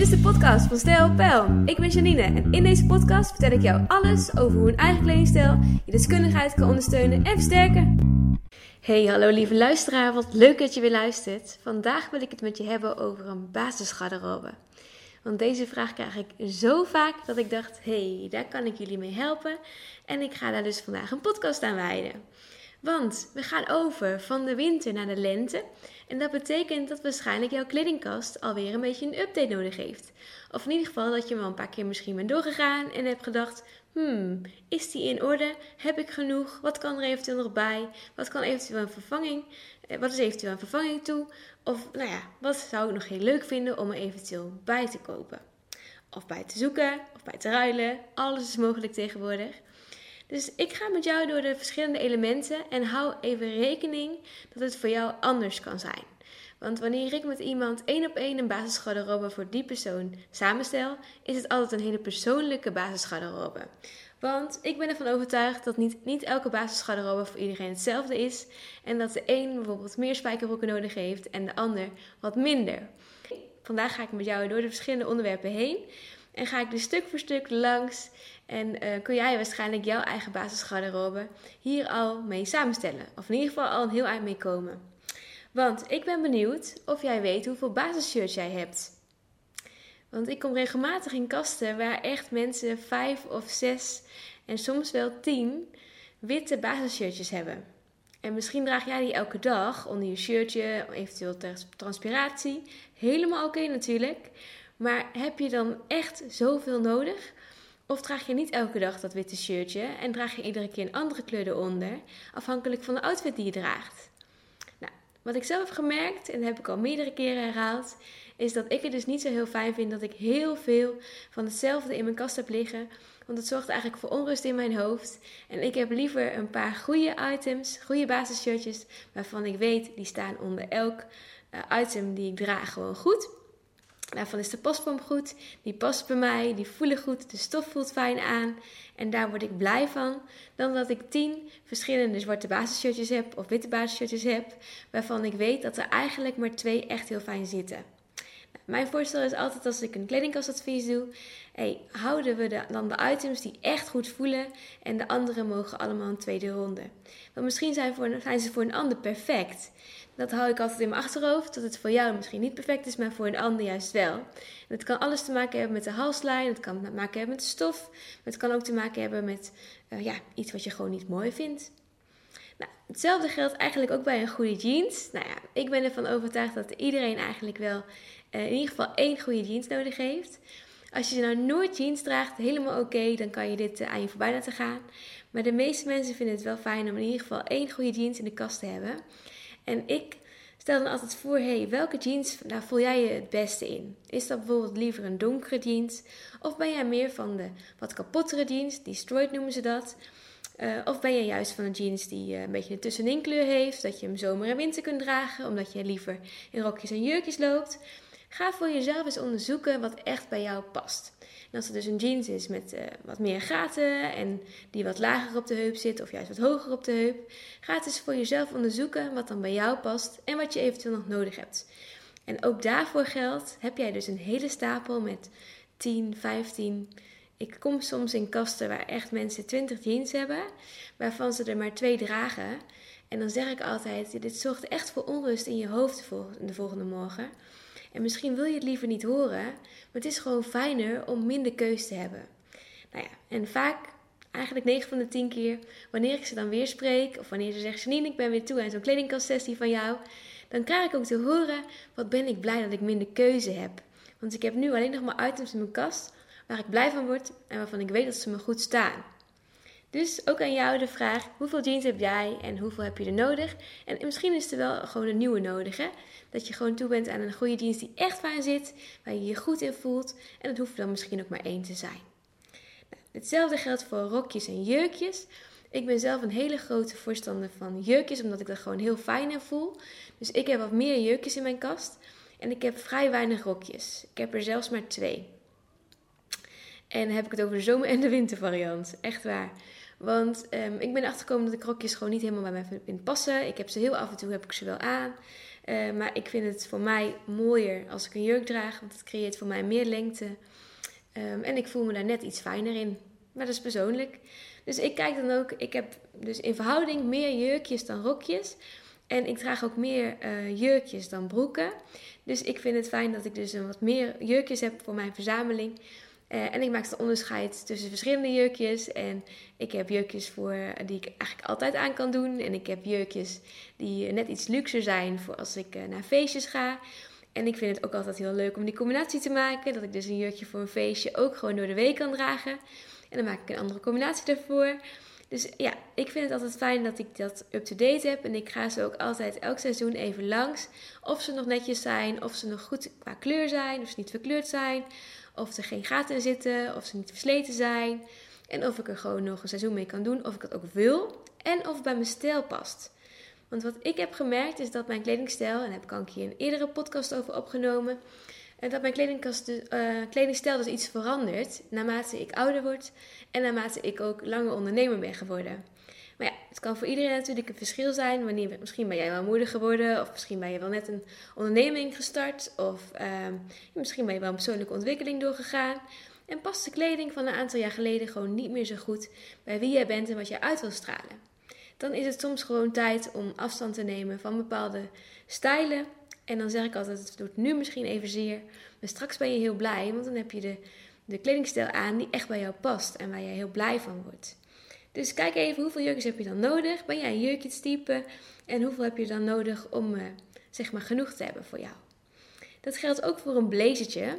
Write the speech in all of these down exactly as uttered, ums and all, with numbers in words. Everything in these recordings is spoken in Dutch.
is de podcast van Stijl Peil. Ik ben Janine en in deze podcast vertel ik jou alles over hoe een eigen kledingstijl je deskundigheid kan ondersteunen en versterken. Hey, hallo lieve luisteraar, wat leuk dat je weer luistert. Vandaag wil ik het met je hebben over een basisgarderobe. Want deze vraag krijg ik zo vaak dat ik dacht, hey, daar kan ik jullie mee helpen. En ik ga daar dus vandaag een podcast aan wijden. Want we gaan over van de winter naar de lente. En dat betekent dat waarschijnlijk jouw kledingkast alweer een beetje een update nodig heeft. Of in ieder geval dat je wel een paar keer misschien bent doorgegaan en hebt gedacht, hmm, is die in orde? Heb ik genoeg? Wat kan er eventueel nog bij? Wat kan eventueel een vervanging? Wat is eventueel een vervanging toe? Of nou ja, wat zou ik nog heel leuk vinden om er eventueel bij te kopen? Of bij te zoeken, of bij te ruilen. Alles is mogelijk tegenwoordig. Dus ik ga met jou door de verschillende elementen en hou even rekening dat het voor jou anders kan zijn. Want wanneer ik met iemand één op één een basisgarderobe voor die persoon samenstel, is het altijd een hele persoonlijke basisgarderobe. Want ik ben ervan overtuigd dat niet, niet elke basisgarderobe voor iedereen hetzelfde is. En dat de een bijvoorbeeld meer spijkerbroeken nodig heeft en de ander wat minder. Vandaag ga ik met jou door de verschillende onderwerpen heen. En ga ik dus stuk voor stuk langs en uh, kun jij waarschijnlijk jouw eigen basisgarderobe hier al mee samenstellen. Of in ieder geval al een heel eind mee komen. Want ik ben benieuwd of jij weet hoeveel basisshirts jij hebt. Want ik kom regelmatig in kasten waar echt mensen vijf of zes en soms wel tien witte basisshirtjes hebben. En misschien draag jij die elke dag onder je shirtje, eventueel ter transpiratie. Helemaal oké natuurlijk. Maar heb je dan echt zoveel nodig? Of draag je niet elke dag dat witte shirtje en draag je iedere keer een andere kleur eronder, afhankelijk van de outfit die je draagt? Nou, wat ik zelf heb gemerkt, en dat heb ik al meerdere keren herhaald, is dat ik het dus niet zo heel fijn vind dat ik heel veel van hetzelfde in mijn kast heb liggen. Want het zorgt eigenlijk voor onrust in mijn hoofd. En ik heb liever een paar goede items, goede basisshirtjes, waarvan ik weet, die staan onder elk uh, item die ik draag gewoon goed. Daarvan is de pasvorm goed, die past bij mij, die voelen goed, de stof voelt fijn aan. En daar word ik blij van, dan dat ik tien verschillende zwarte basisshirtjes heb of witte basisshirtjes heb, waarvan ik weet dat er eigenlijk maar twee echt heel fijn zitten. Nou, mijn voorstel is altijd als ik een kledingkasadvies doe, hey, houden we de, dan de items die echt goed voelen en de andere mogen allemaal een tweede ronde. Want misschien zijn, voor, zijn ze voor een ander perfect. Dat hou ik altijd in mijn achterhoofd, dat het voor jou misschien niet perfect is, maar voor een ander juist wel. En het kan alles te maken hebben met de halslijn, het kan te maken hebben met de stof, maar het kan ook te maken hebben met uh, ja, iets wat je gewoon niet mooi vindt. Nou, hetzelfde geldt eigenlijk ook bij een goede jeans. Nou ja, ik ben ervan overtuigd dat iedereen eigenlijk wel uh, in ieder geval één goede jeans nodig heeft. Als je nou nooit jeans draagt, helemaal oké, okay, dan kan je dit uh, aan je voorbij laten gaan. Maar de meeste mensen vinden het wel fijn om in ieder geval één goede jeans in de kast te hebben. En ik stel dan altijd voor, hey, welke jeans daar voel jij je het beste in? Is dat bijvoorbeeld liever een donkere jeans? Of ben jij meer van de wat kapottere jeans, destroyed noemen ze dat? Uh, of ben je juist van een jeans die uh, een beetje een tussenin kleur heeft, dat je hem zomer en winter kunt dragen, omdat je liever in rokjes en jurkjes loopt? Ga voor jezelf eens onderzoeken wat echt bij jou past. En als het dus een jeans is met uh, wat meer gaten en die wat lager op de heup zit of juist wat hoger op de heup, ga het eens voor jezelf onderzoeken wat dan bij jou past en wat je eventueel nog nodig hebt. En ook daarvoor geldt, heb jij dus een hele stapel met tien, vijftien... Ik kom soms in kasten waar echt mensen twintig jeans hebben, waarvan ze er maar twee dragen. En dan zeg ik altijd, dit zorgt echt voor onrust in je hoofd de volgende morgen. En misschien wil je het liever niet horen, maar het is gewoon fijner om minder keus te hebben. Nou ja, en vaak, eigenlijk negen van de tien keer, wanneer ik ze dan weer spreek, of wanneer ze zeggen, Janine, ik ben weer toe aan zo'n kledingkastsessie van jou, dan krijg ik ook te horen, wat ben ik blij dat ik minder keuze heb. Want ik heb nu alleen nog maar items in mijn kast waar ik blij van word en waarvan ik weet dat ze me goed staan. Dus ook aan jou de vraag, hoeveel jeans heb jij en hoeveel heb je er nodig? En misschien is er wel gewoon een nieuwe nodig, hè? Dat je gewoon toe bent aan een goede jeans die echt fijn zit, waar je je goed in voelt. En dat hoeft dan misschien ook maar één te zijn. Nou, hetzelfde geldt voor rokjes en jurkjes. Ik ben zelf een hele grote voorstander van jurkjes, omdat ik dat gewoon heel fijn in voel. Dus ik heb wat meer jurkjes in mijn kast. En ik heb vrij weinig rokjes. Ik heb er zelfs maar twee. En dan heb ik het over de zomer- en de wintervariant. Echt waar. Want um, ik ben achtergekomen dat de krokjes gewoon niet helemaal bij mij vind passen. Ik heb ze heel af en toe, heb ik ze wel aan. Uh, maar ik vind het voor mij mooier als ik een jurk draag. Want het creëert voor mij meer lengte. Um, en ik voel me daar net iets fijner in. Maar dat is persoonlijk. Dus ik kijk dan ook, ik heb dus in verhouding meer jurkjes dan rokjes. En ik draag ook meer uh, jurkjes dan broeken. Dus ik vind het fijn dat ik dus een wat meer jurkjes heb voor mijn verzameling. Uh, en ik maak de onderscheid tussen verschillende jurkjes. En ik heb jurkjes voor, uh, die ik eigenlijk altijd aan kan doen. En ik heb jurkjes die uh, net iets luxer zijn voor als ik uh, naar feestjes ga. En ik vind het ook altijd heel leuk om die combinatie te maken. Dat ik dus een jurkje voor een feestje ook gewoon door de week kan dragen. En dan maak ik een andere combinatie daarvoor. Dus ja, ik vind het altijd fijn dat ik dat up-to-date heb. En ik ga ze ook altijd elk seizoen even langs. Of ze nog netjes zijn, of ze nog goed qua kleur zijn, of ze niet verkleurd zijn. Of er geen gaten in zitten, of ze niet versleten zijn. En of ik er gewoon nog een seizoen mee kan doen, of ik dat ook wil. En of het bij mijn stijl past. Want wat ik heb gemerkt is dat mijn kledingstijl, en daar heb ik al een keer een eerdere podcast over opgenomen. En dat mijn kledingkast dus, uh, kledingstijl dus iets verandert naarmate ik ouder word en naarmate ik ook langer ondernemer ben geworden. Maar ja, het kan voor iedereen natuurlijk een verschil zijn. Wanneer, misschien ben jij wel moeder geworden of misschien ben je wel net een onderneming gestart of uh, misschien ben je wel een persoonlijke ontwikkeling doorgegaan. En past de kleding van een aantal jaar geleden gewoon niet meer zo goed bij wie jij bent en wat jij uit wil stralen. Dan is het soms gewoon tijd om afstand te nemen van bepaalde stijlen. En dan zeg ik altijd, het doet nu misschien even zeer. Maar straks ben je heel blij, want dan heb je de, de kledingstijl aan die echt bij jou past. En waar je heel blij van wordt. Dus kijk even, hoeveel jurkjes heb je dan nodig? Ben jij een jurkjestype? En hoeveel heb je dan nodig om uh, zeg maar genoeg te hebben voor jou? Dat geldt ook voor een blazertje.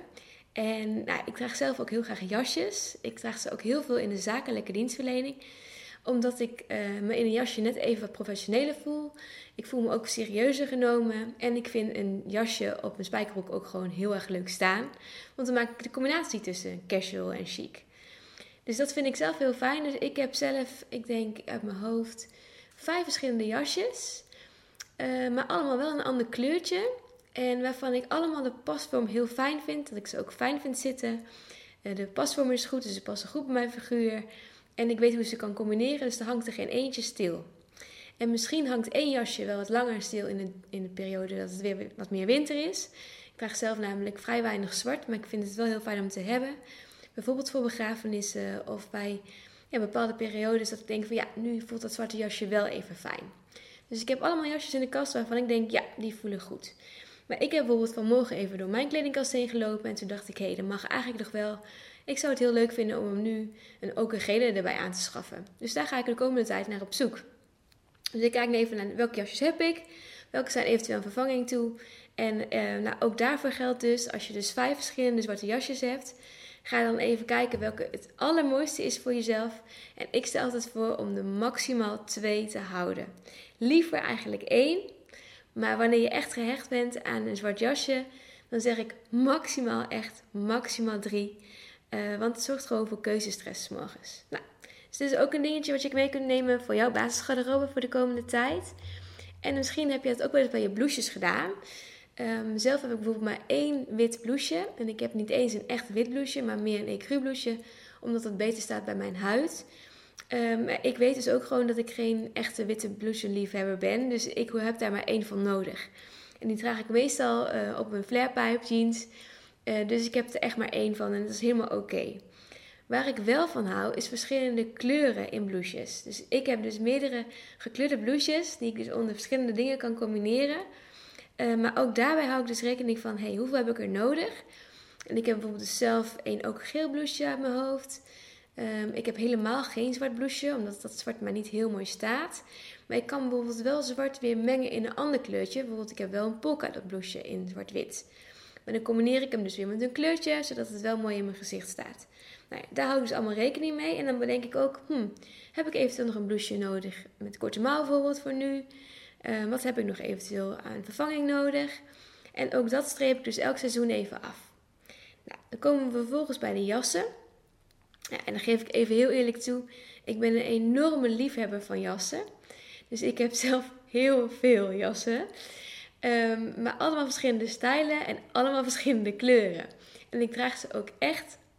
En nou, ik draag zelf ook heel graag jasjes. Ik draag ze ook heel veel in de zakelijke dienstverlening. Omdat ik uh, me in een jasje net even wat professioneler voel. Ik voel me ook serieuzer genomen. En ik vind een jasje op een spijkerbroek ook gewoon heel erg leuk staan. Want dan maak ik de combinatie tussen casual en chic. Dus dat vind ik zelf heel fijn. Dus ik heb zelf, ik denk uit mijn hoofd, vijf verschillende jasjes. Uh, maar allemaal wel een ander kleurtje. En waarvan ik allemaal de pasvorm heel fijn vind. Dat ik ze ook fijn vind zitten. Uh, de pasvorm is goed, dus ze passen goed bij mijn figuur. En ik weet hoe ik ze kan combineren, dus er hangt er geen eentje stil. En misschien hangt één jasje wel wat langer stil in de, in de periode dat het weer wat meer winter is. Ik draag zelf namelijk vrij weinig zwart, maar ik vind het wel heel fijn om te hebben. Bijvoorbeeld voor begrafenissen of bij ja, bepaalde periodes dat ik denk van ja, nu voelt dat zwarte jasje wel even fijn. Dus ik heb allemaal jasjes in de kast waarvan ik denk ja, die voelen goed. Maar ik heb bijvoorbeeld vanmorgen even door mijn kledingkast heen gelopen en toen dacht ik hé, hey, dat mag eigenlijk nog wel. Ik zou het heel leuk vinden om hem nu een, ook een gele erbij aan te schaffen. Dus daar ga ik de komende tijd naar op zoek. Dus ik kijk even naar welke jasjes heb ik. Welke zijn eventueel een vervanging toe. En eh, nou, ook daarvoor geldt dus, als je dus vijf verschillende zwarte jasjes hebt. Ga dan even kijken welke het allermooiste is voor jezelf. En ik stel altijd voor om er maximaal twee te houden. Liever eigenlijk één. Maar wanneer je echt gehecht bent aan een zwart jasje, dan zeg ik maximaal echt maximaal drie. Uh, want het zorgt gewoon voor keuzestress 's morgens. Nou, dus dit is ook een dingetje wat je mee kunt nemen voor jouw basisgarderobe voor de komende tijd. En misschien heb je dat ook wel eens bij je blouses gedaan. Um, zelf heb ik bijvoorbeeld maar één wit blouseje. En ik heb niet eens een echt wit blouseje, maar meer een ecru blouseje. Omdat het beter staat bij mijn huid. Um, ik weet dus ook gewoon dat ik geen echte witte blouse liefhebber ben. Dus ik heb daar maar één van nodig. En die draag ik meestal uh, op mijn flarepipe jeans. Uh, dus ik heb er echt maar één van en dat is helemaal oké. Okay. Waar ik wel van hou is verschillende kleuren in blouses. Dus ik heb dus meerdere gekleurde blouses die ik dus onder verschillende dingen kan combineren. Uh, maar ook daarbij hou ik dus rekening van, hey, hoeveel heb ik er nodig? En ik heb bijvoorbeeld dus zelf één ook geel blouseje uit mijn hoofd. Um, ik heb helemaal geen zwart blouseje, omdat dat zwart maar niet heel mooi staat. Maar ik kan bijvoorbeeld wel zwart weer mengen in een ander kleurtje. Bijvoorbeeld ik heb wel een polka dot blouseje in zwart-wit. Maar dan combineer ik hem dus weer met een kleurtje, zodat het wel mooi in mijn gezicht staat. Nou ja, daar hou ik dus allemaal rekening mee. En dan bedenk ik ook, hmm, heb ik eventueel nog een blouseje nodig met korte mouw bijvoorbeeld voor nu? Uh, wat heb ik nog eventueel aan vervanging nodig? En ook dat streep ik dus elk seizoen even af. Nou, dan komen we vervolgens bij de jassen. Ja, en dan geef ik even heel eerlijk toe, ik ben een enorme liefhebber van jassen. Dus ik heb zelf heel veel jassen. Um, maar allemaal verschillende stijlen en allemaal verschillende kleuren. En ik draag ze ook echt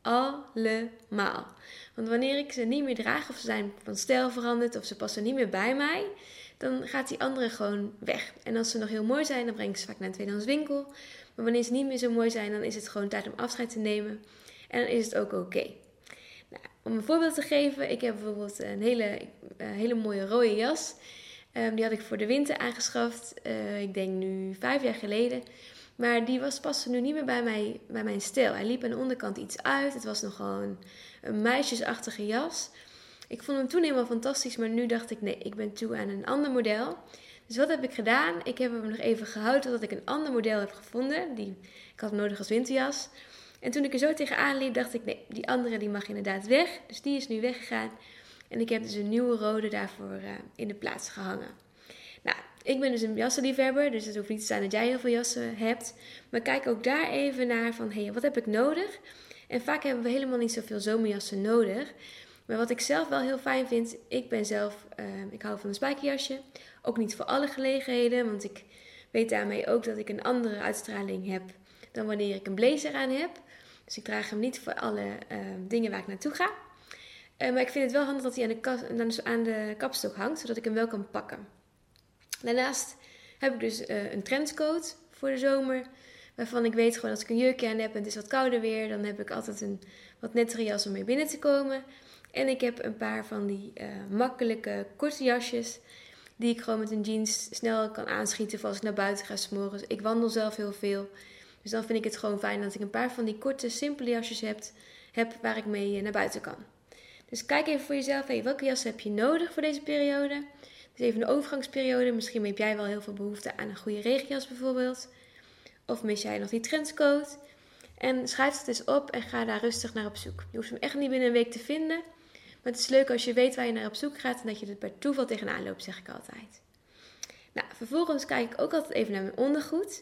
allemaal. Want wanneer ik ze niet meer draag of ze zijn van stijl veranderd of ze passen niet meer bij mij, dan gaat die andere gewoon weg. En als ze nog heel mooi zijn, dan breng ik ze vaak naar een tweedehands winkel. Maar wanneer ze niet meer zo mooi zijn, dan is het gewoon tijd om afscheid te nemen. En dan is het ook oké. Okay. Nou, om een voorbeeld te geven, ik heb bijvoorbeeld een hele, uh, hele mooie rode jas. Um, die had ik voor de winter aangeschaft. Uh, ik denk nu vijf jaar geleden. Maar die was, paste nu niet meer bij, mij, bij mijn stijl. Hij liep aan de onderkant iets uit. Het was nogal een, een meisjesachtige jas. Ik vond hem toen helemaal fantastisch. Maar nu dacht ik, nee, ik ben toe aan een ander model. Dus wat heb ik gedaan? Ik heb hem nog even gehouden totdat ik een ander model heb gevonden. Die, ik had hem nodig als winterjas. En toen ik er zo tegenaan liep, dacht ik, nee, die andere die mag inderdaad weg. Dus die is nu weggegaan. En ik heb dus een nieuwe rode daarvoor uh, in de plaats gehangen. Nou, ik ben dus een jassenliefhebber, dus het hoeft niet te zijn dat jij heel veel jassen hebt. Maar kijk ook daar even naar van, hé, hey, wat heb ik nodig? En vaak hebben we helemaal niet zoveel zomerjassen nodig. Maar wat ik zelf wel heel fijn vind, ik ben zelf, uh, ik hou van een spijkerjasje. Ook niet voor alle gelegenheden, want ik weet daarmee ook dat ik een andere uitstraling heb dan wanneer ik een blazer aan heb. Dus ik draag hem niet voor alle uh, dingen waar ik naartoe ga. Uh, maar ik vind het wel handig dat hij aan de, kas, aan de kapstok hangt, zodat ik hem wel kan pakken. Daarnaast heb ik dus uh, een trenchcoat voor de zomer, waarvan ik weet gewoon als ik een jurkje aan heb en het is wat kouder weer, dan heb ik altijd een wat nettere jas om mee binnen te komen. En ik heb een paar van die uh, makkelijke korte jasjes, die ik gewoon met een jeans snel kan aanschieten voor als ik naar buiten ga 's morgens. Ik wandel zelf heel veel, dus dan vind ik het gewoon fijn dat ik een paar van die korte, simpele jasjes heb, heb waar ik mee uh, naar buiten kan. Dus kijk even voor jezelf, hey, welke jas heb je nodig voor deze periode? Dus even een overgangsperiode. Misschien heb jij wel heel veel behoefte aan een goede regenjas bijvoorbeeld. Of mis jij nog die trenchcoat. En schrijf het eens op en ga daar rustig naar op zoek. Je hoeft hem echt niet binnen een week te vinden. Maar het is leuk als je weet waar je naar op zoek gaat en dat je er per toeval tegenaan loopt, zeg ik altijd. Nou, vervolgens kijk ik ook altijd even naar mijn ondergoed.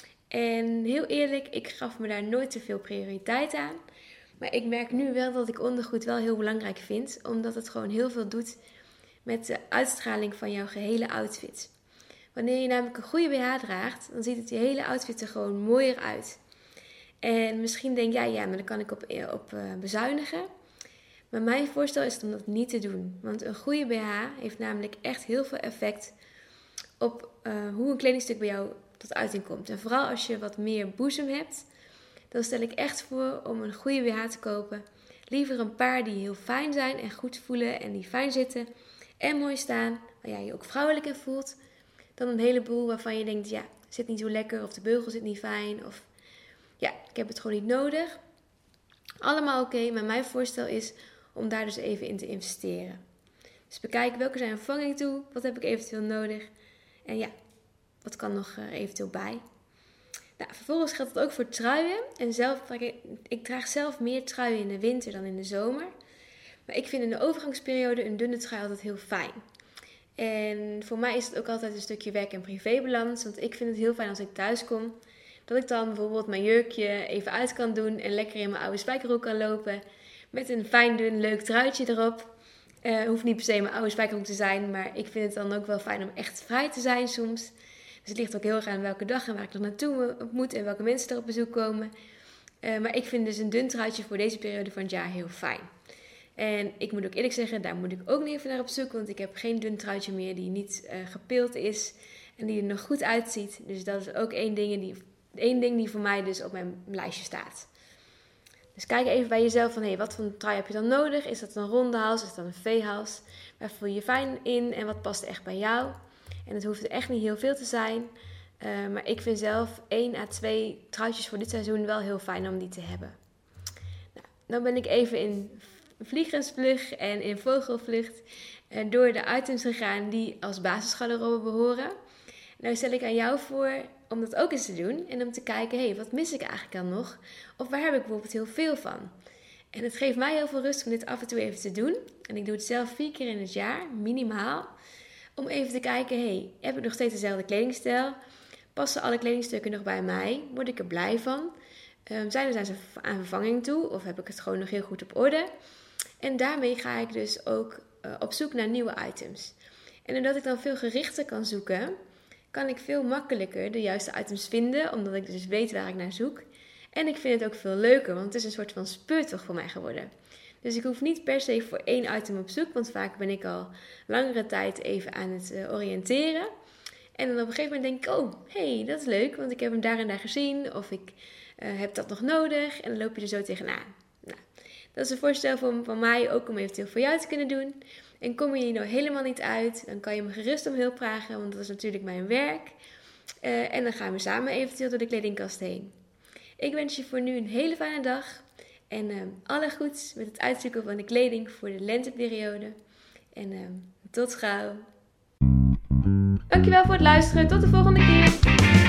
En heel eerlijk, ik gaf me daar nooit te veel prioriteit aan. Maar ik merk nu wel dat ik ondergoed wel heel belangrijk vind. Omdat het gewoon heel veel doet met de uitstraling van jouw gehele outfit. Wanneer je namelijk een goede B H draagt, dan ziet het je hele outfit er gewoon mooier uit. En misschien denk jij, ja, maar daar kan ik op, op uh, bezuinigen. Maar mijn voorstel is om dat niet te doen. Want een goede B H heeft namelijk echt heel veel effect op uh, hoe een kledingstuk bij jou tot uiting komt. En vooral als je wat meer boezem hebt, dan stel ik echt voor om een goede B H te kopen. Liever een paar die heel fijn zijn en goed voelen en die fijn zitten en mooi staan, waar jij je ook vrouwelijk in voelt, dan een heleboel waarvan je denkt, ja, zit niet zo lekker of de beugel zit niet fijn of ja, ik heb het gewoon niet nodig. Allemaal oké, okay, maar mijn voorstel is om daar dus even in te investeren. Dus bekijk welke zijn vervanging toe, wat heb ik eventueel nodig en ja, wat kan nog uh, eventueel bij. Nou, vervolgens geldt het ook voor truien. En zelf, ik, ik draag zelf meer truien in de winter dan in de zomer. Maar ik vind in de overgangsperiode een dunne trui altijd heel fijn. En voor mij is het ook altijd een stukje werk- en privébalans. Want ik vind het heel fijn als ik thuis kom, dat ik dan bijvoorbeeld mijn jurkje even uit kan doen en lekker in mijn oude spijkerbroek kan lopen. Met een fijn dun leuk truitje erop. Uh, hoeft niet per se mijn oude spijkerbroek te zijn, maar ik vind het dan ook wel fijn om echt vrij te zijn soms. Dus het ligt ook heel erg aan welke dag en waar ik nog naartoe moet en welke mensen er op bezoek komen. Uh, maar ik vind dus een dun truitje voor deze periode van het jaar heel fijn. En ik moet ook eerlijk zeggen, daar moet ik ook niet even naar op zoek. Want ik heb geen dun truitje meer die niet uh, gepild is en die er nog goed uitziet. Dus dat is ook één ding die, één ding die voor mij dus op mijn lijstje staat. Dus kijk even bij jezelf van, hé, hey, wat voor een trui heb je dan nodig? Is dat een ronde hals? Is dat een V-hals? Waar voel je je fijn in en wat past echt bij jou? En het hoeft er echt niet heel veel te zijn. Uh, maar ik vind zelf één à twee truitjes voor dit seizoen wel heel fijn om die te hebben. Nou, dan ben ik even in vliegensvlucht en in vogelvlucht uh, door de items gegaan die als basisgarderobe behoren. Nou stel ik aan jou voor om dat ook eens te doen. En om te kijken, hé, hey, wat mis ik eigenlijk dan nog? Of waar heb ik bijvoorbeeld heel veel van? En het geeft mij heel veel rust om dit af en toe even te doen. En ik doe het zelf vier keer in het jaar, minimaal. Om even te kijken, hey, heb ik nog steeds dezelfde kledingstijl? Passen alle kledingstukken nog bij mij? Word ik er blij van? Um, zijn er zijn ze aan vervanging toe? Of heb ik het gewoon nog heel goed op orde? En daarmee ga ik dus ook uh, op zoek naar nieuwe items. En doordat ik dan veel gerichter kan zoeken, kan ik veel makkelijker de juiste items vinden. Omdat ik dus weet waar ik naar zoek. En ik vind het ook veel leuker, want het is een soort van speurtocht voor mij geworden. Dus ik hoef niet per se voor één item op zoek, want vaak ben ik al langere tijd even aan het uh, oriënteren. En dan op een gegeven moment denk ik, oh, hé, hey, dat is leuk, want ik heb hem daar en daar gezien. Of ik uh, heb dat nog nodig. En dan loop je er zo tegenaan. Nou, dat is een voorstel van, van mij, ook om eventueel voor jou te kunnen doen. En kom je hier nou helemaal niet uit, dan kan je me gerust om hulp vragen, want dat is natuurlijk mijn werk. Uh, en dan gaan we samen eventueel door de kledingkast heen. Ik wens je voor nu een hele fijne dag. En uh, alle goeds met het uitzoeken van de kleding voor de lenteperiode. En uh, tot gauw. Dankjewel voor het luisteren. Tot de volgende keer.